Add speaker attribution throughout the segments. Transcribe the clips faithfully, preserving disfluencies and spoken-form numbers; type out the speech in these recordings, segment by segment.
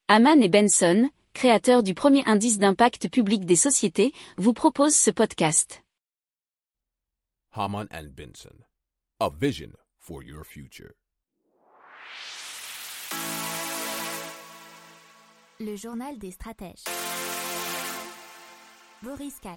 Speaker 1: Hamann et Benson, créateurs du premier indice d'impact public des sociétés, vous proposent ce podcast.
Speaker 2: Hamann and Benson, a vision for your future.
Speaker 3: Le journal des stratèges. Boris Kalt.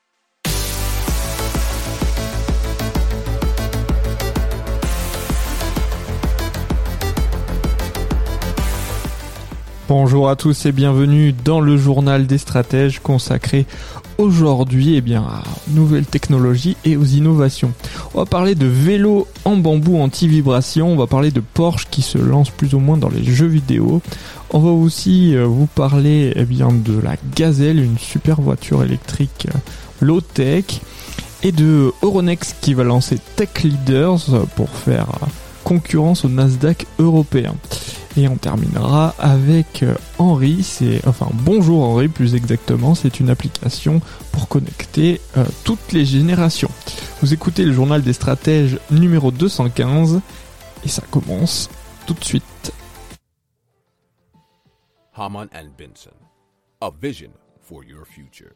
Speaker 4: Bonjour à tous et bienvenue dans le journal des stratèges consacré aujourd'hui eh bien, aux nouvelles technologies et aux innovations. On va parler de vélos en bambou anti-vibration, on va parler de Porsche qui se lance plus ou moins dans les jeux vidéo. On va aussi vous parler eh bien, de la Gazelle, une super voiture électrique low-tech, et de Euronext qui va lancer Tech Leaders pour faire concurrence au Nasdaq européen. Et on terminera avec Henri, c'est enfin bonjour Henri plus exactement, c'est une application pour connecter euh, toutes les générations. Vous écoutez le journal des stratèges numéro deux cent quinze et ça commence tout de suite.
Speaker 2: Hamann and Benson, a vision for your future.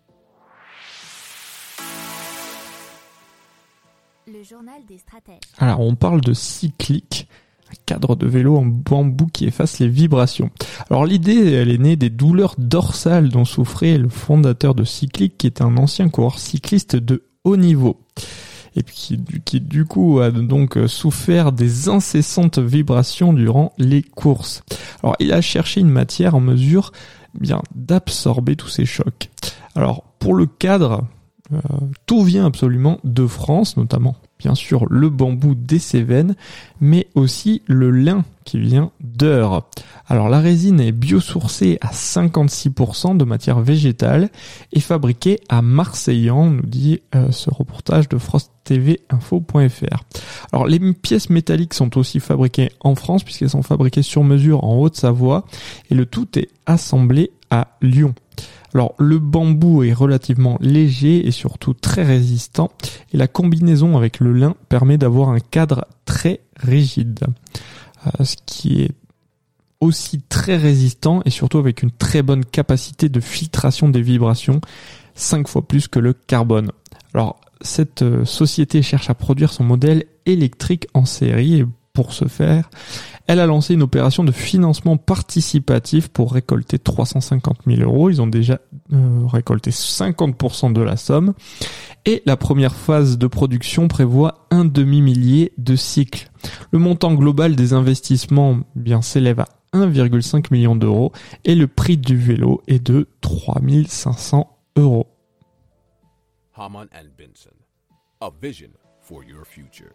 Speaker 3: Le journal des stratèges.
Speaker 4: Alors on parle de Cyclic, un cadre de vélo en bambou qui efface les vibrations. Alors l'idée, elle est née des douleurs dorsales dont souffrait le fondateur de Cyclic, qui est un ancien coureur cycliste de haut niveau. Et puis qui, qui du coup a donc souffert des incessantes vibrations durant les courses. Alors il a cherché une matière en mesure bien d'absorber tous ces chocs. Alors pour le cadre, euh, tout vient absolument de France, notamment bien sûr le bambou des Cévennes, mais aussi le lin qui vient d'Eure. Alors la résine est biosourcée à cinquante-six pour cent de matière végétale et fabriquée à Marseillan, nous dit euh, ce reportage de France T V Info point F R. Alors les pièces métalliques sont aussi fabriquées en France puisqu'elles sont fabriquées sur mesure en Haute-Savoie et le tout est assemblé à Lyon. Alors le bambou est relativement léger et surtout très résistant et la combinaison avec le lin permet d'avoir un cadre très rigide, euh, ce qui est aussi très résistant et surtout avec une très bonne capacité de filtration des vibrations, cinq fois plus que le carbone. Alors cette euh, société cherche à produire son modèle électrique en série et pour ce faire, elle a lancé une opération de financement participatif pour récolter trois cent cinquante mille euros. Ils ont déjà euh, récolté cinquante pour cent de la somme. Et la première phase de production prévoit un demi-millier de cycles. Le montant global des investissements bien s'élève à un virgule cinq million d'euros et le prix du vélo est de trois mille cinq cents euros.
Speaker 2: Hamann and Benson, a vision for your future.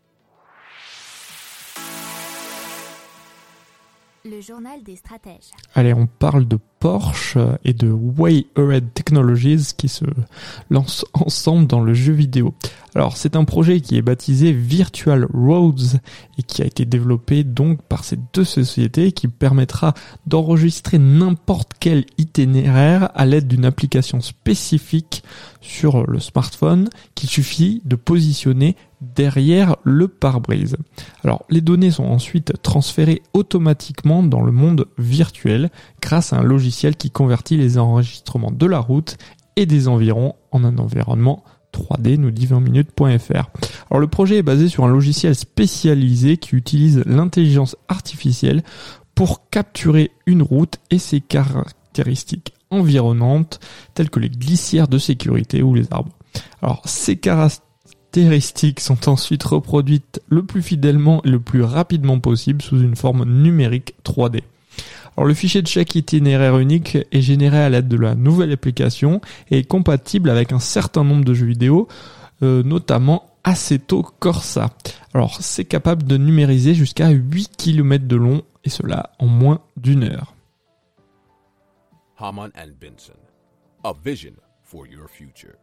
Speaker 3: Le journal des stratèges.
Speaker 4: Allez, on parle de Porsche et de Way Ahead Technologies qui se lancent ensemble dans le jeu vidéo. Alors, c'est un projet qui est baptisé Virtual Roads et qui a été développé donc par ces deux sociétés qui permettra d'enregistrer n'importe quel itinéraire à l'aide d'une application spécifique sur le smartphone qu'il suffit de positionner derrière le pare-brise. Alors, les données sont ensuite transférées automatiquement dans le monde virtuel grâce à un logiciel qui convertit les enregistrements de la route et des environs en un environnement trois D, nous dit vingt minutes point F R. Alors, le projet est basé sur un logiciel spécialisé qui utilise l'intelligence artificielle pour capturer une route et ses caractéristiques environnantes telles que les glissières de sécurité ou les arbres. Alors, ces caractéristiques caractéristiques sont ensuite reproduites le plus fidèlement et le plus rapidement possible sous une forme numérique trois D. Alors le fichier de chaque itinéraire unique est généré à l'aide de la nouvelle application et est compatible avec un certain nombre de jeux vidéo, euh, notamment Assetto Corsa. Alors c'est capable de numériser jusqu'à huit kilomètres de long et cela en moins d'une heure.
Speaker 2: Hamann and Benson, a vision for your future.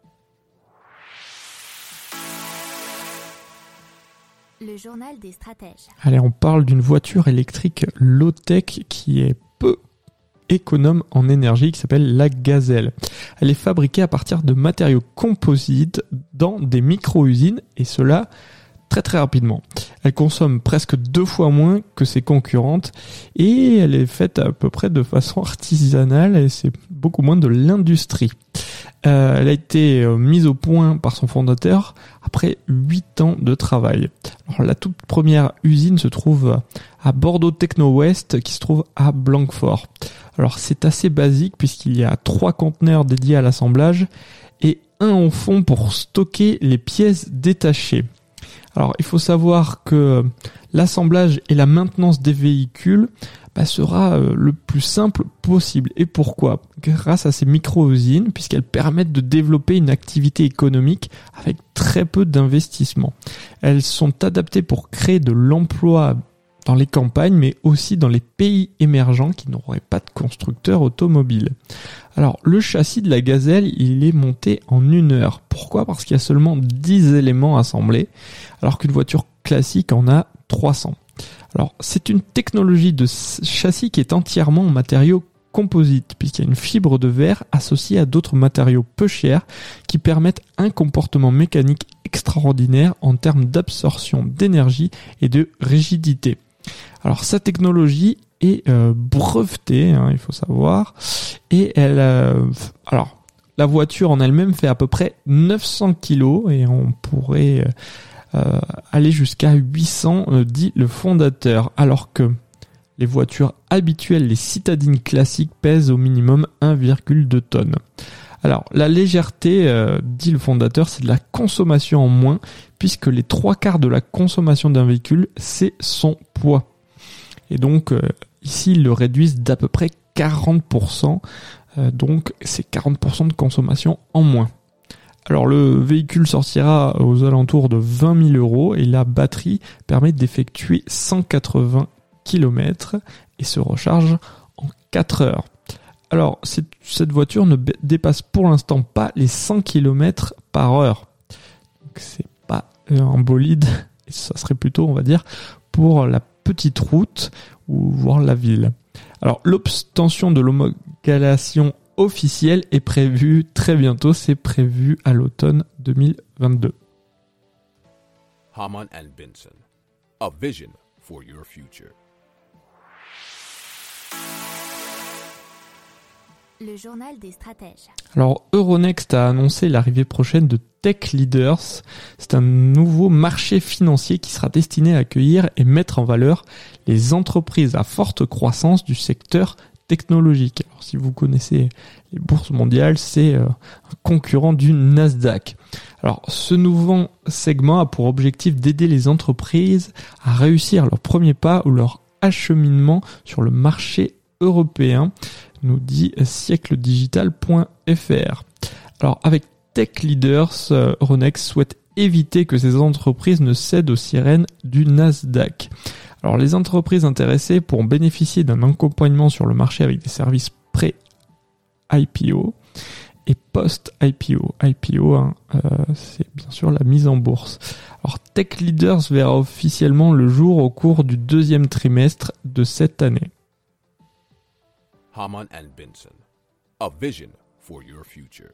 Speaker 3: Le journal des stratèges.
Speaker 4: Allez, on parle d'une voiture électrique low-tech qui est peu économe en énergie, qui s'appelle la Gazelle. Elle est fabriquée à partir de matériaux composites dans des micro-usines, et cela très très rapidement. Elle consomme presque deux fois moins que ses concurrentes et elle est faite à peu près de façon artisanale et c'est beaucoup moins de l'industrie. Euh, elle a été euh, mise au point par son fondateur après huit ans de travail. Alors, la toute première usine se trouve à Bordeaux Techno West qui se trouve à Blanquefort. Alors c'est assez basique puisqu'il y a trois conteneurs dédiés à l'assemblage et un au fond pour stocker les pièces détachées. Alors il faut savoir que l'assemblage et la maintenance des véhicules bah, sera euh, le plus simple possible. Et pourquoi ? Grâce à ces micro-usines, puisqu'elles permettent de développer une activité économique avec très peu d'investissement. Elles sont adaptées pour créer de l'emploi dans les campagnes, mais aussi dans les pays émergents qui n'auraient pas de constructeurs automobiles. Alors, le châssis de la Gazelle, il est monté en une heure. Pourquoi ? Parce qu'il y a seulement dix éléments assemblés, alors qu'une voiture classique en a trois cents. Alors, c'est une technologie de châssis qui est entièrement en matériaux composites, puisqu'il y a une fibre de verre associée à d'autres matériaux peu chers qui permettent un comportement mécanique extraordinaire en termes d'absorption d'énergie et de rigidité. Alors, sa technologie est euh, brevetée, hein, il faut savoir, et elle, euh, alors, la voiture en elle-même fait à peu près neuf cents kilos et on pourrait euh, aller jusqu'à huit cents, euh, dit le fondateur, alors que les voitures habituelles, les citadines classiques, pèsent au minimum un virgule deux tonnes. Alors, la légèreté, euh, dit le fondateur, c'est de la consommation en moins, puisque les trois quarts de la consommation d'un véhicule, c'est son poids. Et donc, euh, ici, ils le réduisent d'à peu près quarante pour cent, euh, donc c'est quarante pour cent de consommation en moins. Alors, le véhicule sortira aux alentours de vingt mille euros, et la batterie permet d'effectuer cent quatre-vingts kilomètres et se recharge en quatre heures. Alors, cette, cette voiture ne b- dépasse pour l'instant pas les cent kilomètres par heure. Donc, c'est pas un bolide, et ça serait plutôt, on va dire, pour la petite route ou voire la ville. Alors, l'obtention de l'homologation officielle est prévue très bientôt, c'est prévu à l'automne deux mille vingt-deux.
Speaker 2: Harman and Benson, a vision for your future.
Speaker 3: Le journal des stratèges.
Speaker 4: Alors, Euronext a annoncé l'arrivée prochaine de Tech Leaders. C'est un nouveau marché financier qui sera destiné à accueillir et mettre en valeur les entreprises à forte croissance du secteur technologique. Alors, si vous connaissez les bourses mondiales, c'est euh, un concurrent du Nasdaq. Alors, ce nouveau segment a pour objectif d'aider les entreprises à réussir leur premier pas ou leur acheminement sur le marché européen, nous dit siècle digital point f r. Alors, avec Tech Leaders, euh, Euronext souhaite éviter que ces entreprises ne cèdent aux sirènes du Nasdaq. Alors, les entreprises intéressées pourront bénéficier d'un accompagnement sur le marché avec des services pré-I P O et post-I P O. I P O, hein, euh, c'est bien sûr la mise en bourse. Alors, Tech Leaders verra officiellement le jour au cours du deuxième trimestre de cette année.
Speaker 2: Harman and Benson, a vision for your future.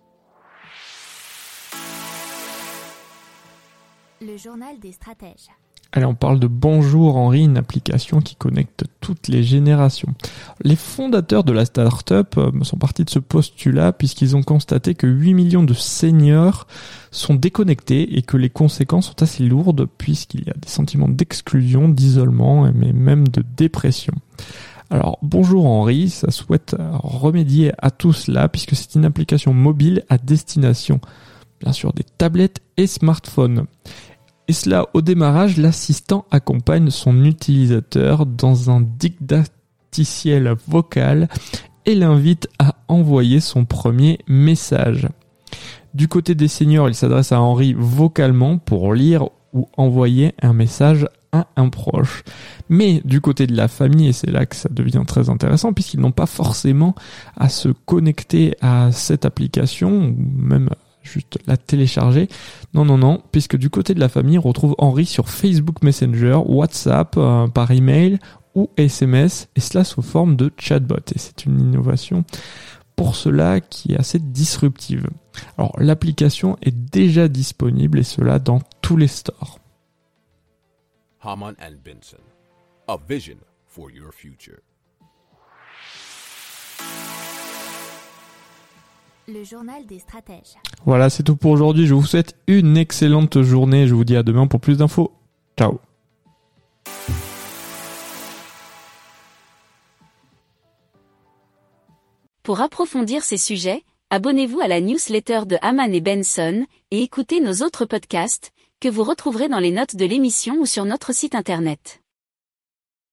Speaker 3: Le journal des stratèges.
Speaker 4: Allez, on parle de Bonjour Henri, une application qui connecte toutes les générations. Les fondateurs de la start-up sont partis de ce postulat puisqu'ils ont constaté que huit millions de seniors sont déconnectés et que les conséquences sont assez lourdes puisqu'il y a des sentiments d'exclusion, d'isolement, mais même de dépression. Alors, Bonjour Henri, ça souhaite remédier à tout cela puisque c'est une application mobile à destination, bien sûr, des tablettes et smartphones. Et cela, au démarrage, l'assistant accompagne son utilisateur dans un didacticiel vocal et l'invite à envoyer son premier message. Du côté des seniors, il s'adresse à Henri vocalement pour lire ou envoyer un message à un proche. Mais du côté de la famille, et c'est là que ça devient très intéressant, puisqu'ils n'ont pas forcément à se connecter à cette application, ou même juste la télécharger. Non, non, non, puisque du côté de la famille, on retrouve Henri sur Facebook Messenger, WhatsApp, euh, par email ou S M S, et cela sous forme de chatbot. Et c'est une innovation pour cela qui est assez disruptive. Alors, l'application est déjà disponible, et cela dans tous les stores.
Speaker 2: Haman and Benson. A vision for your future.
Speaker 3: Le journal des stratèges.
Speaker 4: Voilà, c'est tout pour aujourd'hui. Je vous souhaite une excellente journée. Je vous dis à demain pour plus d'infos. Ciao.
Speaker 1: Pour approfondir ces sujets, abonnez-vous à la newsletter de Haman et Benson et écoutez nos autres podcasts que vous retrouverez dans les notes de l'émission ou sur notre site internet.